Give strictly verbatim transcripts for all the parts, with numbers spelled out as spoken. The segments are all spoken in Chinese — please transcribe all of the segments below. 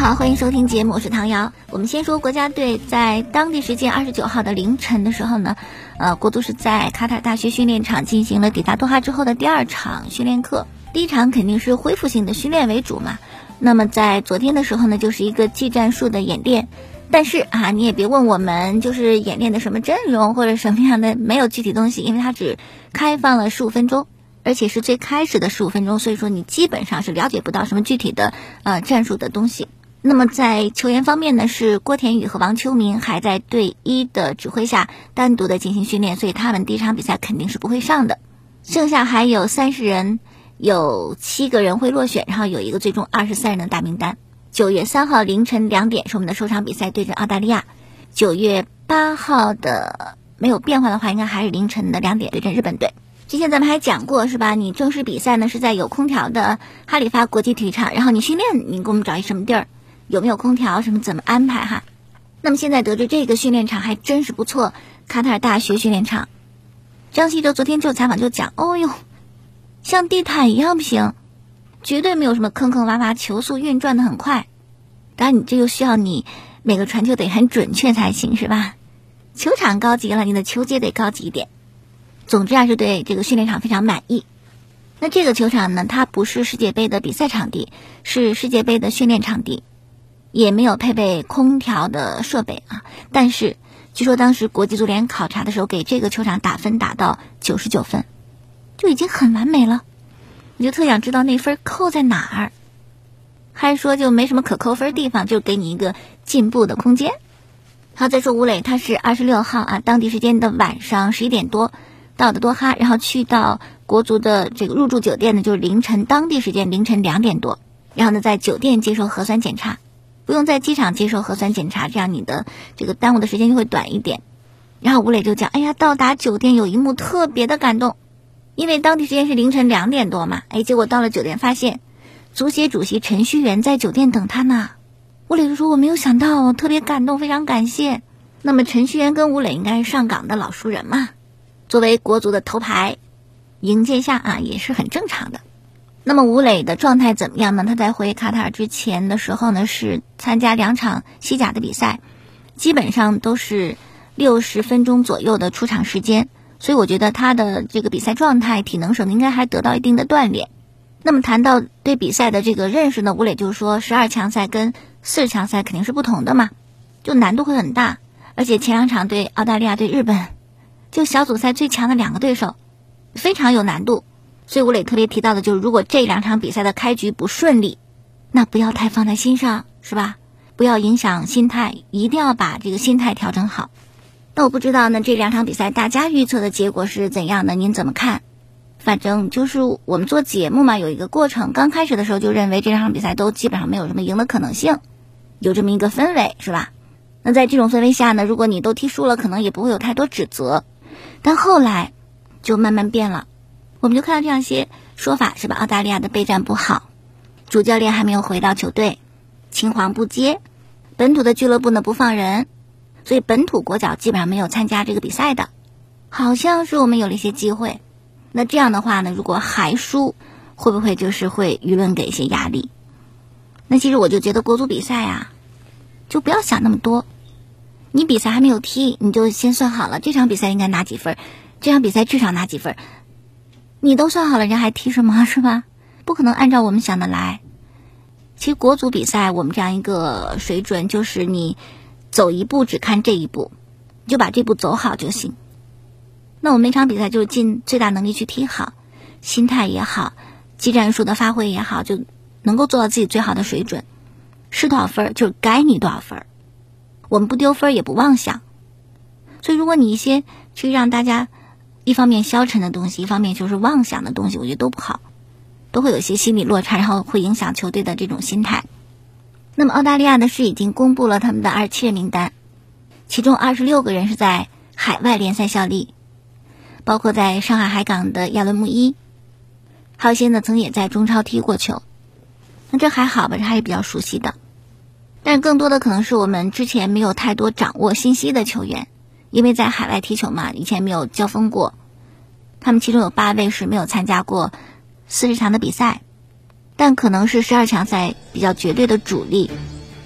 好，欢迎收听节目，我是唐瑶。我们先说国家队在当地时间二十九号的凌晨的时候呢，呃，国足是在卡塔尔大学训练场进行了抵达多哈之后的第二场训练课。第一场肯定是恢复性的训练为主嘛，那么在昨天的时候呢，就是一个技战术的演练。但是啊，你也别问我们就是演练的什么阵容或者什么样的，没有具体东西，因为它只开放了十五分钟。而且是最开始的十五分钟，所以说你基本上是了解不到什么具体的呃战术的东西。那么在球员方面呢，是郭田雨和王秋明还在队医的指挥下单独的进行训练，所以他们第一场比赛肯定是不会上的。剩下还有三十人，有七个人会落选，然后有一个最终二十三人的大名单。九月三号凌晨两点是我们的首场比赛，对阵澳大利亚。九月八号的没有变化的话，应该还是凌晨的两点对阵日本队。之前咱们还讲过是吧？你正式比赛呢是在有空调的哈里发国际体育场，然后你训练你给我们找一什么地儿，有没有空调，什么怎么安排哈？那么现在得知这个训练场还真是不错，卡塔尔大学训练场。张稀哲昨天就采访就讲，哦哟，像地毯一样平，绝对没有什么坑坑洼洼，球速运转的很快。当然你这又需要你每个传球得很准确才行是吧？球场高级了，你的球接得高级一点。总之还是对这个训练场非常满意。那这个球场呢，它不是世界杯的比赛场地，是世界杯的训练场地，也没有配备空调的设备啊。但是据说当时国际足联考察的时候，给这个球场打分打到九十九分，就已经很完美了。你就特想知道那分扣在哪儿，还说就没什么可扣分地方，就给你一个进步的空间。好，再说吴磊，他是二十六号啊，当地时间的晚上十一点多到的多哈，然后去到国足的这个入住酒店呢，就是凌晨当地时间凌晨两点多，然后呢在酒店接受核酸检查，不用在机场接受核酸检查，这样你的这个耽误的时间就会短一点。然后吴磊就讲，哎呀，到达酒店有一幕特别的感动，因为当地时间是凌晨两点多嘛，哎，结果到了酒店发现足协主席陈戌源在酒店等他呢。吴磊就说，我没有想到，我特别感动，非常感谢。那么陈戌源跟吴磊应该是上岗的老熟人嘛，作为国足的头牌，迎接下啊也是很正常的。那么吴磊的状态怎么样呢？他在回卡塔尔之前的时候呢，是参加两场西甲的比赛，基本上都是六十分钟左右的出场时间，所以我觉得他的这个比赛状态、体能什么应该还得到一定的锻炼。那么谈到对比赛的这个认识呢，吴磊就说十二强赛跟四十强赛肯定是不同的嘛，就难度会很大，而且前两场对澳大利亚对日本，就小组赛最强的两个对手，非常有难度。所以吴磊特别提到的就是，如果这两场比赛的开局不顺利，那不要太放在心上，是吧？不要影响心态，一定要把这个心态调整好。那我不知道呢，这两场比赛大家预测的结果是怎样的？您怎么看？反正就是我们做节目嘛，有一个过程。刚开始的时候就认为这两场比赛都基本上没有什么赢的可能性，有这么一个氛围，是吧？那在这种氛围下呢，如果你都踢输了，可能也不会有太多指责。但后来就慢慢变了，我们就看到这样一些说法，是吧？澳大利亚的备战不好，主教练还没有回到球队，青黄不接，本土的俱乐部呢不放人，所以本土国脚基本上没有参加这个比赛的。好像是我们有了一些机会，那这样的话呢，如果还输，会不会就是会舆论给一些压力？那其实我就觉得国足比赛啊，就不要想那么多。你比赛还没有踢，你就先算好了这场比赛应该拿几分，这场比赛至少拿几分，你都算好了，人家还踢什么，是吧？不可能按照我们想的来。其实国足比赛我们这样一个水准，就是你走一步只看这一步，你就把这步走好就行。那我们每场比赛就是尽最大能力去踢好，心态也好，技战术的发挥也好，就能够做到自己最好的水准。是多少分就该你多少分，我们不丢分也不妄想。所以如果你一些去让大家一方面消沉的东西，一方面就是妄想的东西，我觉得都不好，都会有一些心理落差，然后会影响球队的这种心态。那么澳大利亚呢是已经公布了他们的二十七人名单，其中二十六个人是在海外联赛效力，包括在上海海港的亚伦穆伊，还有一些呢曾也在中超踢过球。那这还好吧，这还是比较熟悉的。但更多的可能是我们之前没有太多掌握信息的球员，因为在海外踢球嘛，以前没有交锋过。他们其中有八位是没有参加过四十强的比赛，但可能是十二强赛比较绝对的主力。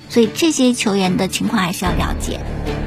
所以这些球员的情况还是要了解。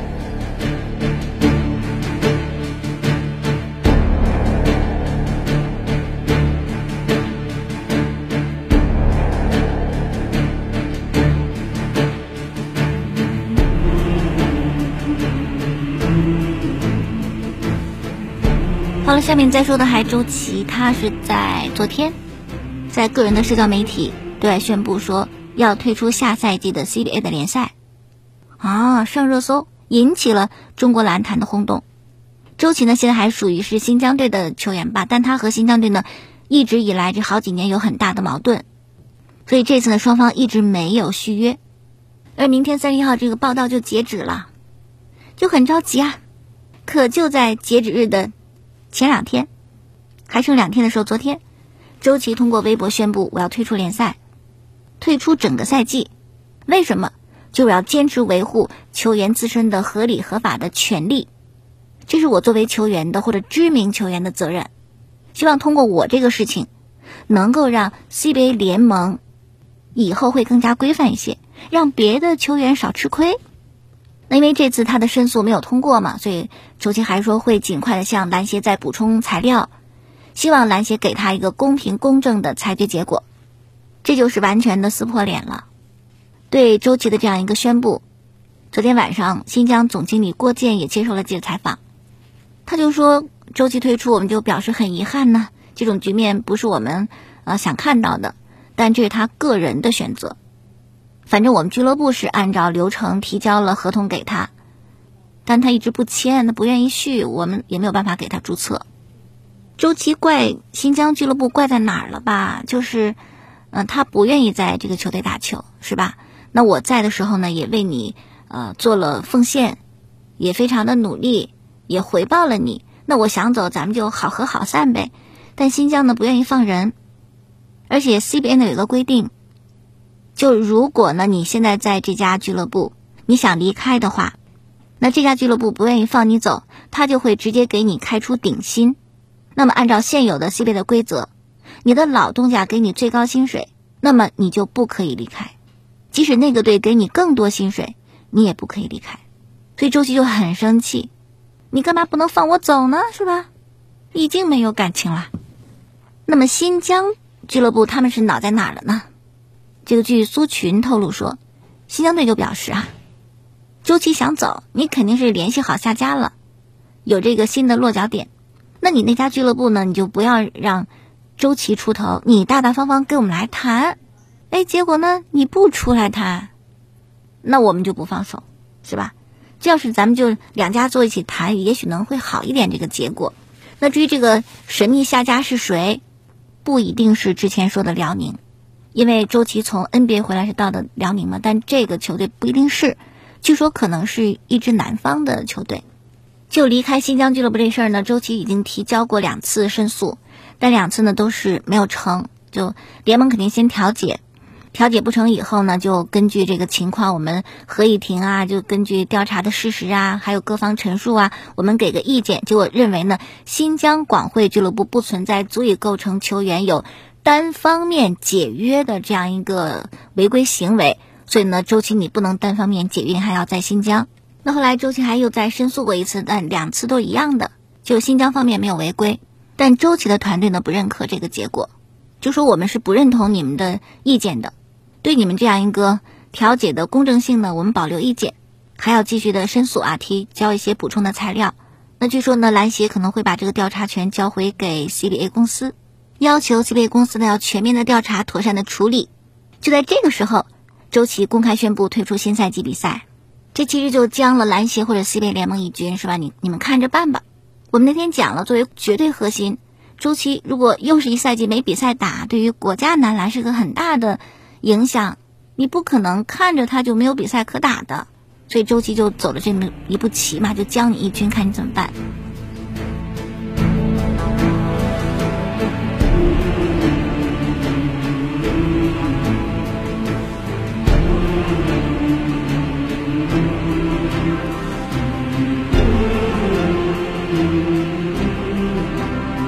好了，下面再说的还周琦，他是在昨天在个人的社交媒体对外宣布说要退出下赛季的 C B A 的联赛啊，上热搜，引起了中国篮坛的轰动。周琦呢现在还属于是新疆队的球员吧，但他和新疆队呢一直以来这好几年有很大的矛盾，所以这次呢双方一直没有续约。而明天三十一号这个报道就截止了，就很着急啊。可就在截止日的前两天，还剩两天的时候，昨天周琦通过微博宣布我要退出联赛，退出整个赛季。为什么？就要坚持维护球员自身的合理合法的权利，这是我作为球员的或者知名球员的责任。希望通过我这个事情能够让 C B A 联盟以后会更加规范一些，让别的球员少吃亏。那因为这次他的申诉没有通过嘛，所以周琦还说会尽快的向篮协再补充材料，希望篮协给他一个公平公正的裁决结果。这就是完全的撕破脸了。对周琦的这样一个宣布，昨天晚上新疆总经理郭健也接受了记者采访，他就说周琦退出我们就表示很遗憾呢，这种局面不是我们呃想看到的，但这是他个人的选择。反正我们俱乐部是按照流程提交了合同给他，但他一直不签，他不愿意续，我们也没有办法给他注册。周琦怪新疆俱乐部怪在哪儿了吧？就是嗯、呃，他不愿意在这个球队打球，是吧？那我在的时候呢，也为你呃做了奉献，也非常的努力，也回报了你。那我想走，咱们就好合好散呗。但新疆呢不愿意放人，而且 C B A 呢有个规定，就如果呢你现在在这家俱乐部，你想离开的话，那这家俱乐部不愿意放你走，他就会直接给你开出顶薪。那么按照现有的 C B A 的规则，你的老东家给你最高薪水，那么你就不可以离开，即使那个队给你更多薪水，你也不可以离开。所以周琦就很生气，你干嘛不能放我走呢？是吧？已经没有感情了。那么新疆俱乐部他们是脑在哪儿了呢？这个据苏群透露说，新疆队就表示啊，周琦想走，你肯定是联系好下家了，有这个新的落脚点。那你那家俱乐部呢，你就不要让周琦出头，你大大方方跟我们来谈。哎，结果呢你不出来谈，那我们就不放手，是吧？这要是咱们就两家坐一起谈，也许能会好一点这个结果。那至于这个神秘下家是谁，不一定是之前说的辽宁，因为周琦从 N B A 回来是到的辽宁嘛，但这个球队不一定是，据说可能是一支南方的球队。就离开新疆俱乐部这事儿呢，周琦已经提交过两次申诉，但两次呢都是没有成，就联盟肯定先调解，调解不成以后呢，就根据这个情况我们合议庭啊，就根据调查的事实啊，还有各方陈述啊，我们给个意见。结果认为呢，新疆广汇俱乐部不存在足以构成球员有单方面解约的这样一个违规行为，所以呢，周琦你不能单方面解约，还要在新疆。那后来周琦还又再申诉过一次，但两次都一样的，就新疆方面没有违规，但周琦的团队呢不认可这个结果，就说我们是不认同你们的意见的，对你们这样一个调解的公正性呢，我们保留意见，还要继续的申诉啊，提交一些补充的材料。那据说呢，篮协可能会把这个调查权交回给 C B A 公司，要求 C B A 公司呢要全面的调查，妥善的处理。就在这个时候，周琦公开宣布退出新赛季比赛，这其实就将了篮协或者 C B A 联盟一军，是吧？你你们看着办吧。我们那天讲了，作为绝对核心，周琦如果又是一赛季没比赛打，对于国家男篮是个很大的影响，你不可能看着他就没有比赛可打的，所以周琦就走了这么一步棋嘛，就将你一军，看你怎么办。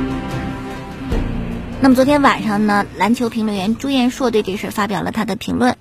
那么昨天晚上呢，篮球评论员朱彦硕对这事发表了他的评论，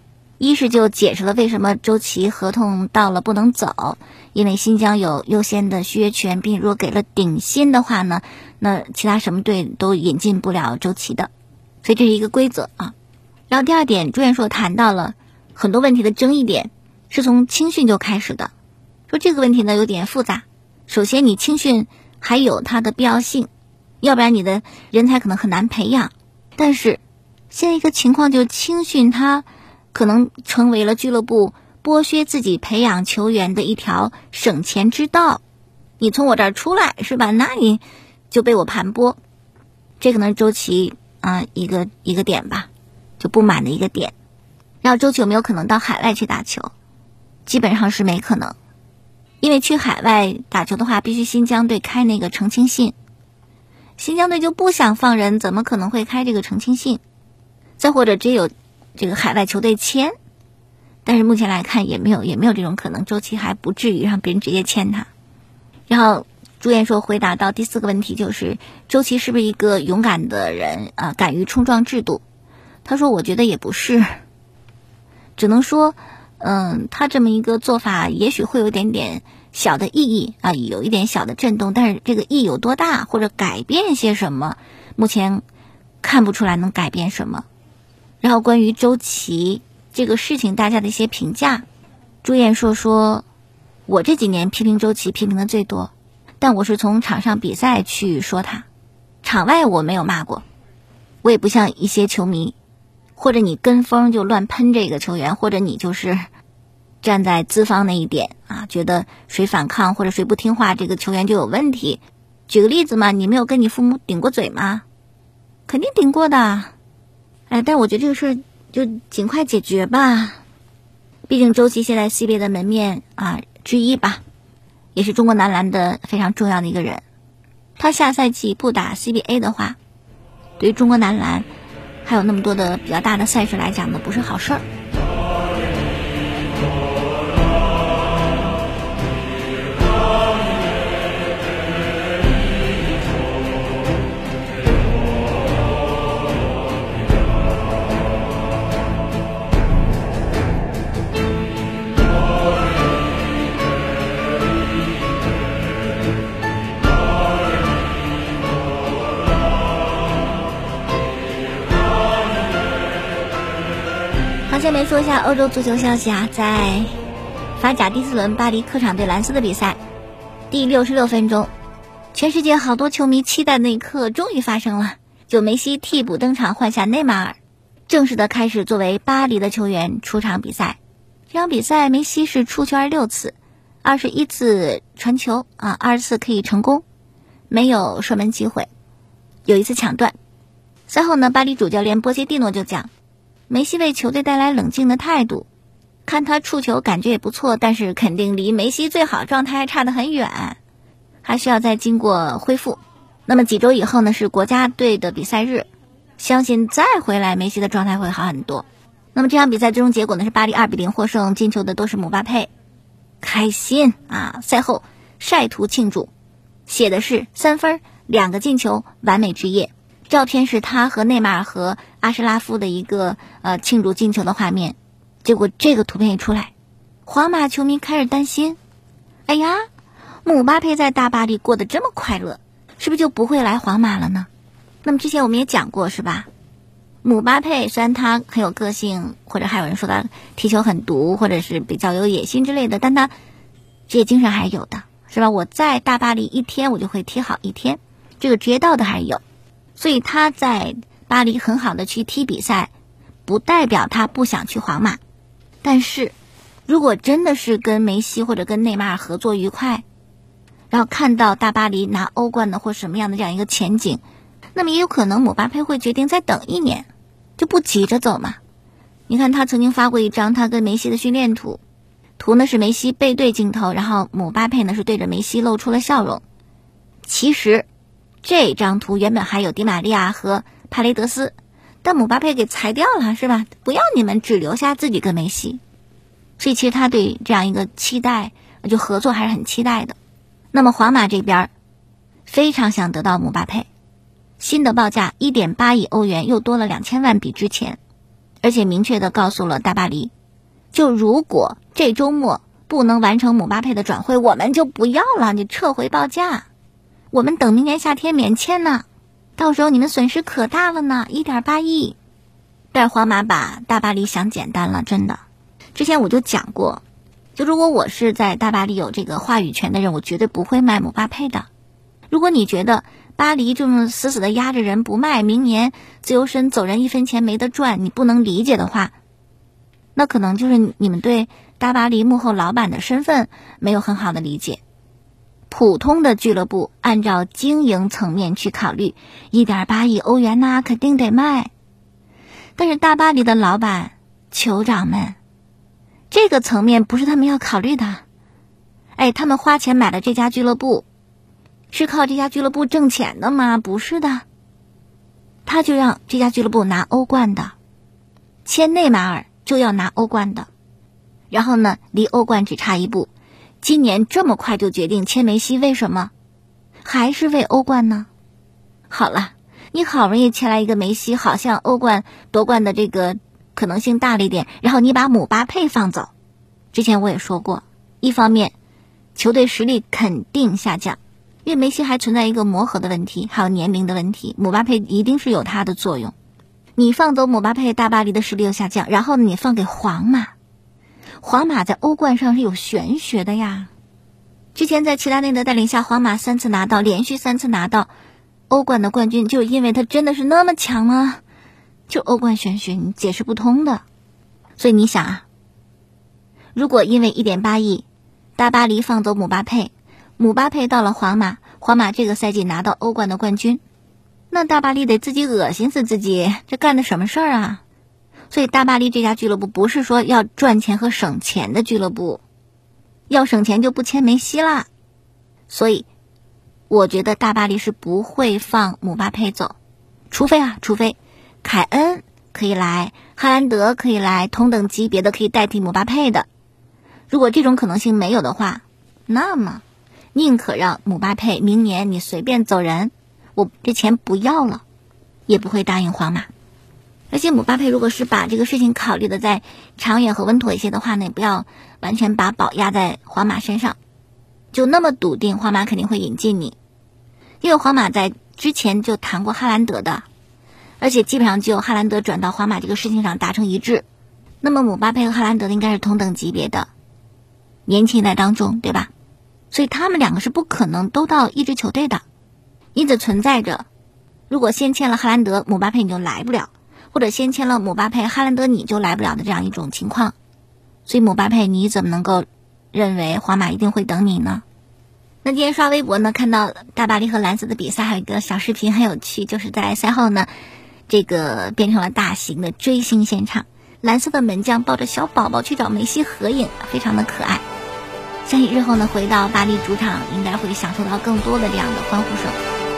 一是就解释了为什么周琦合同到了不能走，因为新疆有优先的续约权，并如果给了顶薪的话呢，那其他什么队都引进不了周琦的，所以这是一个规则啊。然后第二点，朱彦硕谈到了很多问题的争议点是从青训就开始的，说这个问题呢有点复杂。首先你青训还有它的必要性，要不然你的人才可能很难培养。但是现在一个情况就是青训它可能成为了俱乐部剥削自己培养球员的一条省钱之道。你从我这儿出来是吧，那你就被我盘剥。这可能是周琦啊一个一个点吧，就不满的一个点。然后周琦有没有可能到海外去打球？基本上是没可能，因为去海外打球的话必须新疆队开那个澄清信，新疆队就不想放人，怎么可能会开这个澄清信？再或者只有这个海外球队签，但是目前来看也没有也没有这种可能，周琦还不至于让别人直接签他。然后朱彦硕回答到第四个问题，就是周琦是不是一个勇敢的人啊，敢于冲撞制度？他说我觉得也不是，只能说嗯，他这么一个做法也许会有一点点小的意义啊，有一点小的震动，但是这个意有多大或者改变些什么，目前看不出来能改变什么。然后关于周琦这个事情大家的一些评价，朱彦硕说我这几年批评周琦批评的最多，但我是从场上比赛去说他，场外我没有骂过，我也不像一些球迷，或者你跟风就乱喷这个球员，或者你就是站在资方那一点啊，觉得谁反抗或者谁不听话这个球员就有问题。举个例子嘛，你没有跟你父母顶过嘴吗？肯定顶过的。哎，但我觉得这个事儿就尽快解决吧，毕竟周琦现在 C 位的门面啊之一吧，也是中国男篮的非常重要的一个人。他下赛季不打 C B A 的话，对于中国男篮还有那么多的比较大的赛事来讲呢，不是好事儿。下面说一下欧洲足球消息啊，在法甲第四轮巴黎客场对兰斯的比赛，第六十六分钟，全世界好多球迷期待的那一刻终于发生了，就梅西替补登场换下内马尔，正式的开始作为巴黎的球员出场比赛。这场比赛梅西是出球二十六次，二十一次传球啊，二十次可以成功，没有射门机会，有一次抢断。赛后呢，巴黎主教练波切蒂诺就讲，梅西为球队带来冷静的态度，看他触球感觉也不错，但是肯定离梅西最好状态还差得很远，还需要再经过恢复。那么几周以后呢，是国家队的比赛日，相信再回来梅西的状态会好很多。那么这场比赛最终结果呢是巴黎二比零获胜，进球的都是姆巴佩，开心啊！赛后晒图庆祝，写的是三分两个进球，完美之夜。照片是他和内马尔和阿什拉夫的一个呃庆祝进球的画面。结果这个图片一出来，皇马球迷开始担心，哎呀，姆巴佩在大巴黎过得这么快乐，是不是就不会来皇马了呢？那么之前我们也讲过是吧，姆巴佩虽然他很有个性，或者还有人说他踢球很毒，或者是比较有野心之类的，但他职业精神还是有的，是吧？我在大巴黎一天我就会踢好一天，这个职业道德还是有。所以他在巴黎很好的去踢比赛，不代表他不想去皇马。但是如果真的是跟梅西或者跟内马尔合作愉快，然后看到大巴黎拿欧冠的或什么样的这样一个前景，那么也有可能姆巴佩会决定再等一年，就不急着走嘛。你看他曾经发过一张他跟梅西的训练图，图呢是梅西背对镜头，然后姆巴佩呢是对着梅西露出了笑容。其实这张图原本还有迪玛利亚和帕雷德斯，但姆巴佩给裁掉了，是吧？不要你们，只留下自己跟梅西。所以其实他对这样一个期待，就合作还是很期待的。那么皇马这边非常想得到姆巴佩，新的报价 一点八亿欧元，又多了两千万比之前，而且明确的告诉了大巴黎， 就如果这周末不能完成姆巴佩的转会，我们就不要了，你撤回报价，我们等明年夏天免签呢，到时候你们损失可大了呢， 一点八亿。但皇马把大巴黎想简单了，真的。之前我就讲过，就如果我是在大巴黎有这个话语权的人，我绝对不会卖姆巴佩的。如果你觉得巴黎这么死死的压着人不卖，明年自由身走人一分钱没得赚，你不能理解的话，那可能就是你们对大巴黎幕后老板的身份没有很好的理解。普通的俱乐部按照经营层面去考虑， 一点八亿欧元呐、啊，肯定得卖。但是大巴黎的老板酋长们，这个层面不是他们要考虑的。哎，他们花钱买了这家俱乐部，是靠这家俱乐部挣钱的吗？不是的，他就让这家俱乐部拿欧冠的，签内马尔就要拿欧冠的，然后呢，离欧冠只差一步。今年这么快就决定签梅西，为什么？还是为欧冠呢？好了，你好容易签来一个梅西，好像欧冠夺冠的这个可能性大了一点，然后你把姆巴佩放走。之前我也说过，一方面球队实力肯定下降，因为梅西还存在一个磨合的问题，还有年龄的问题，姆巴佩一定是有他的作用。你放走姆巴佩，大巴黎的实力又下降，然后你放给皇马，皇马在欧冠上是有玄学的呀。之前在齐达内的带领下，皇马三次拿到，连续三次拿到欧冠的冠军，就是因为他真的是那么强吗？就欧冠玄学你解释不通的。所以你想啊，如果因为 一点八亿大巴黎放走姆巴佩，姆巴佩到了皇马，皇马这个赛季拿到欧冠的冠军，那大巴黎得自己恶心死自己，这干的什么事儿啊？所以大巴黎这家俱乐部不是说要赚钱和省钱的俱乐部，要省钱就不签梅西啦。所以我觉得大巴黎是不会放姆巴佩走，除非啊，除非凯恩可以来，哈兰德可以来，同等级别的可以代替姆巴佩的。如果这种可能性没有的话，那么宁可让姆巴佩明年你随便走人，我这钱不要了，也不会答应皇马。而且姆巴佩如果是把这个事情考虑的再长远和稳妥一些的话呢，也不要完全把宝压在皇马身上，就那么笃定皇马肯定会引进你。因为皇马在之前就谈过哈兰德的，而且基本上就哈兰德转到皇马这个事情上达成一致，那么姆巴佩和哈兰德应该是同等级别的年轻一代当中，对吧？所以他们两个是不可能都到一支球队的，因此存在着如果先签了哈兰德，姆巴佩你就来不了，或者先签了姆巴佩，哈兰德你就来不了的这样一种情况。所以姆巴佩你怎么能够认为皇马一定会等你呢？那今天刷微博呢，看到大巴黎和蓝色的比赛，还有一个小视频很有趣，就是在赛后呢，这个变成了大型的追星现场，蓝色的门将抱着小宝宝去找梅西合影，非常的可爱。相信日后呢，回到巴黎主场应该会享受到更多的这样的欢呼声。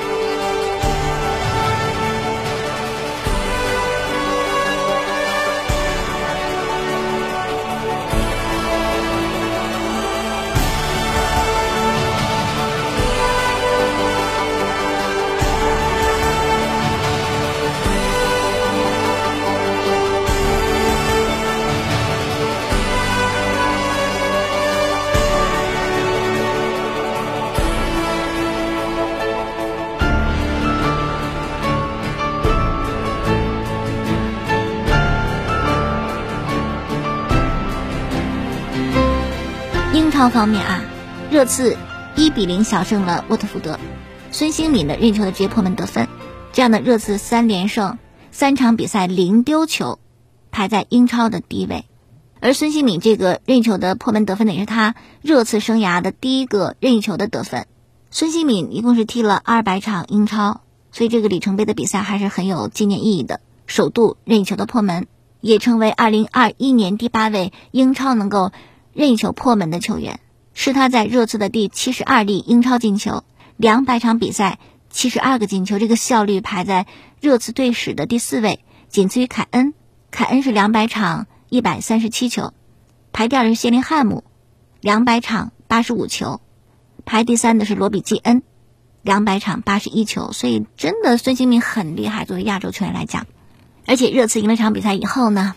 英超方面啊，热刺一比零小胜了沃特福德，孙兴敏的任意球的直接破门得分，这样的热刺三连胜，三场比赛零丢球，排在英超的第一位。而孙兴敏这个任意球的破门得分呢，也是他热刺生涯的第一个任意球的得分。孙兴敏一共是踢了二百场英超，所以这个里程碑的比赛还是很有纪念意义的，首度任意球的破门，也成为二零二一年第八位英超能够任意球破门的球员，是他在热刺的第七十二粒英超进球，两百场比赛七十二个进球，这个效率排在热刺队史的第四位，仅次于凯恩。凯恩是两百场一百三十七球，排第二的是谢林汉姆，两百场八十五球，排第三的是罗比基恩，两百场八十一球。所以真的孙兴慜很厉害，作为亚洲球员来讲。而且热刺赢了场比赛以后呢，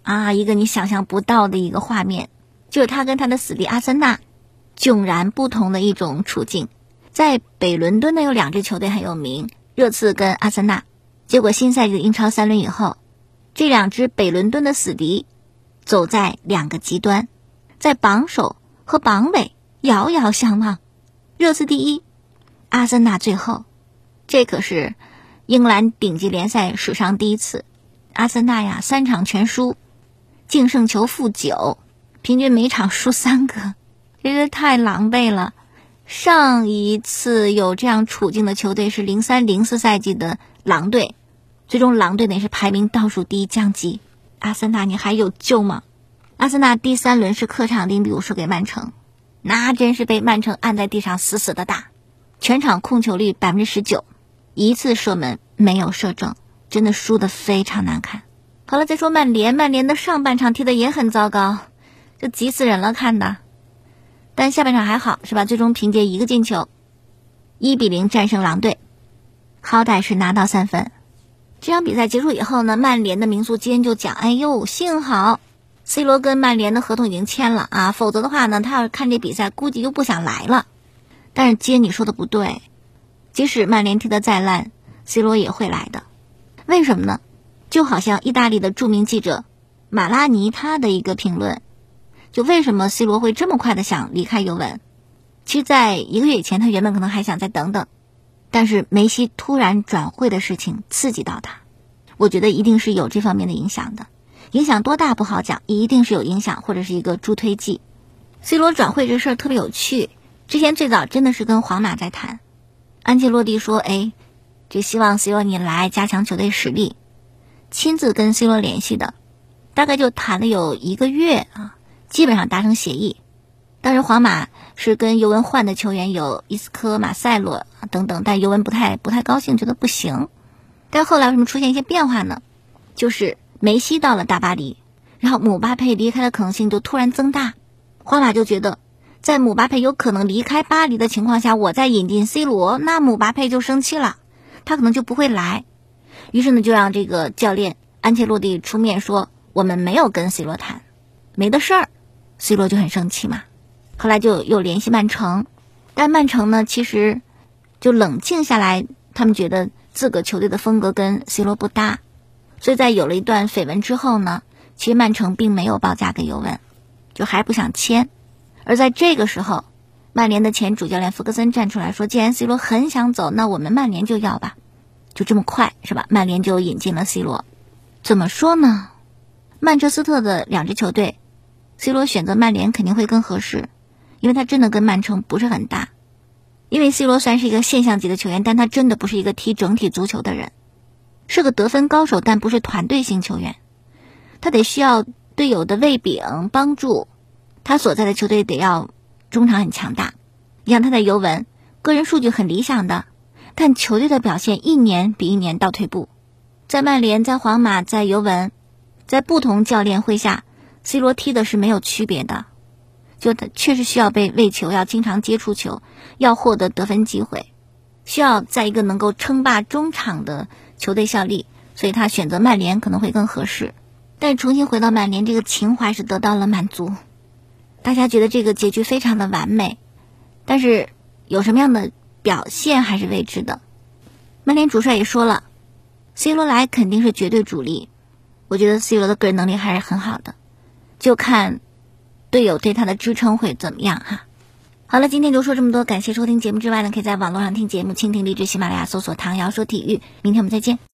啊，一个你想象不到的一个画面，就是他跟他的死敌阿森纳迥然不同的一种处境。在北伦敦呢，有两支球队很有名，热刺跟阿森纳。结果新赛季的英超三轮以后，这两支北伦敦的死敌走在两个极端，在榜首和榜尾遥遥相望。热刺第一，阿森纳最后，这可是英格兰顶级联赛史上第一次。阿森纳呀，三场全输，净胜球负九，平均每场输三个，这是太狼狈了。上一次有这样处境的球队是零三零四赛季的狼队，最终狼队呢是排名倒数第一降级。阿森纳你还有救吗？阿森纳第三轮是客场零比五输给曼城，那真是被曼城按在地上死死的打，全场控球率 百分之十九， 一次射门没有射正，真的输得非常难看。好了，再说曼联，曼联的上半场踢得也很糟糕，就急死人了看的。但下半场还好是吧，最终凭借一个进球一比零战胜狼队，好歹是拿到三分。这场比赛结束以后呢，曼联的名宿基恩就讲，哎呦，幸好 C 罗跟曼联的合同已经签了啊，否则的话呢，他要是看这比赛估计就不想来了。但是基恩你说的不对，即使曼联踢得再烂 C 罗也会来的。为什么呢？就好像意大利的著名记者马拉尼他的一个评论，就为什么 C 罗会这么快的想离开尤文。其实在一个月以前他原本可能还想再等等，但是梅西突然转会的事情刺激到他，我觉得一定是有这方面的影响的，影响多大不好讲，一定是有影响或者是一个助推剂。 C 罗转会这事儿特别有趣，之前最早真的是跟皇马在谈，安切洛蒂说，哎，这希望 C 罗你来加强球队实力，亲自跟 C 罗联系的，大概就谈了有一个月啊，基本上达成协议。当时皇马是跟尤文换的球员有伊斯科、马塞洛等等，但尤文不太不太高兴，觉得不行。但后来为什么出现一些变化呢？就是梅西到了大巴黎，然后姆巴佩离开的可能性就突然增大，皇马就觉得在姆巴佩有可能离开巴黎的情况下，我再引进 C 罗，那姆巴佩就生气了，他可能就不会来。于是呢，就让这个教练安切洛蒂出面说，我们没有跟 C 罗谈，没的事儿。 C 罗就很生气嘛，后来就又联系曼城，但曼城呢其实就冷静下来，他们觉得自个球队的风格跟 C 罗不搭，所以在有了一段绯闻之后呢，其实曼城并没有报价给尤文，就还不想签。而在这个时候，曼联的前主教练弗格森站出来说，既然 C 罗很想走，那我们曼联就要吧，就这么快是吧？曼联就引进了 C 罗。怎么说呢？曼彻斯特的两支球队 C 罗选择曼联肯定会更合适，因为他真的跟曼城不是很大。因为 C 罗虽然是一个现象级的球员，但他真的不是一个踢整体足球的人，是个得分高手，但不是团队型球员。他得需要队友的喂饼帮助，他所在的球队得要中场很强大。你像他在尤文，个人数据很理想的，但球队的表现一年比一年倒退步。在曼联、在皇马、在尤文，在不同教练麾下，C 罗踢的是没有区别的，就他确实需要被喂球，要经常接触球，要获得得分机会，需要在一个能够称霸中场的球队效力，所以他选择曼联可能会更合适。但是重新回到曼联，这个情怀是得到了满足，大家觉得这个结局非常的完美，但是有什么样的表现还是未知的。曼联主帅也说了， C 罗来肯定是绝对主力，我觉得 C 罗的个人能力还是很好的，就看队友对他的支撑会怎么样哈。好了，今天就说这么多，感谢收听节目之外呢，可以在网络上听节目，蜻蜓荔枝喜马拉雅搜索唐瑶说体育，明天我们再见。